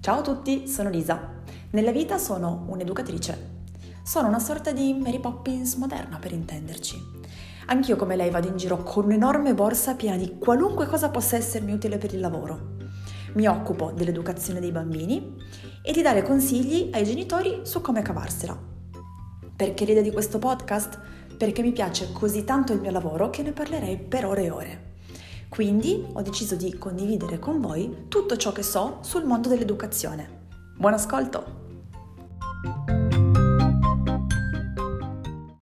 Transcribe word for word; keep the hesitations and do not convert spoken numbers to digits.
Ciao a tutti, sono Lisa. Nella vita sono un'educatrice. Sono una sorta di Mary Poppins moderna, per intenderci. Anch'io come lei vado in giro con un'enorme borsa piena di qualunque cosa possa essermi utile per il lavoro. Mi occupo dell'educazione dei bambini e di dare consigli ai genitori su come cavarsela. Perché l'idea di questo podcast? Perché mi piace così tanto il mio lavoro che ne parlerei per ore e ore. Quindi ho deciso di condividere con voi tutto ciò che so sul mondo dell'educazione. Buon ascolto!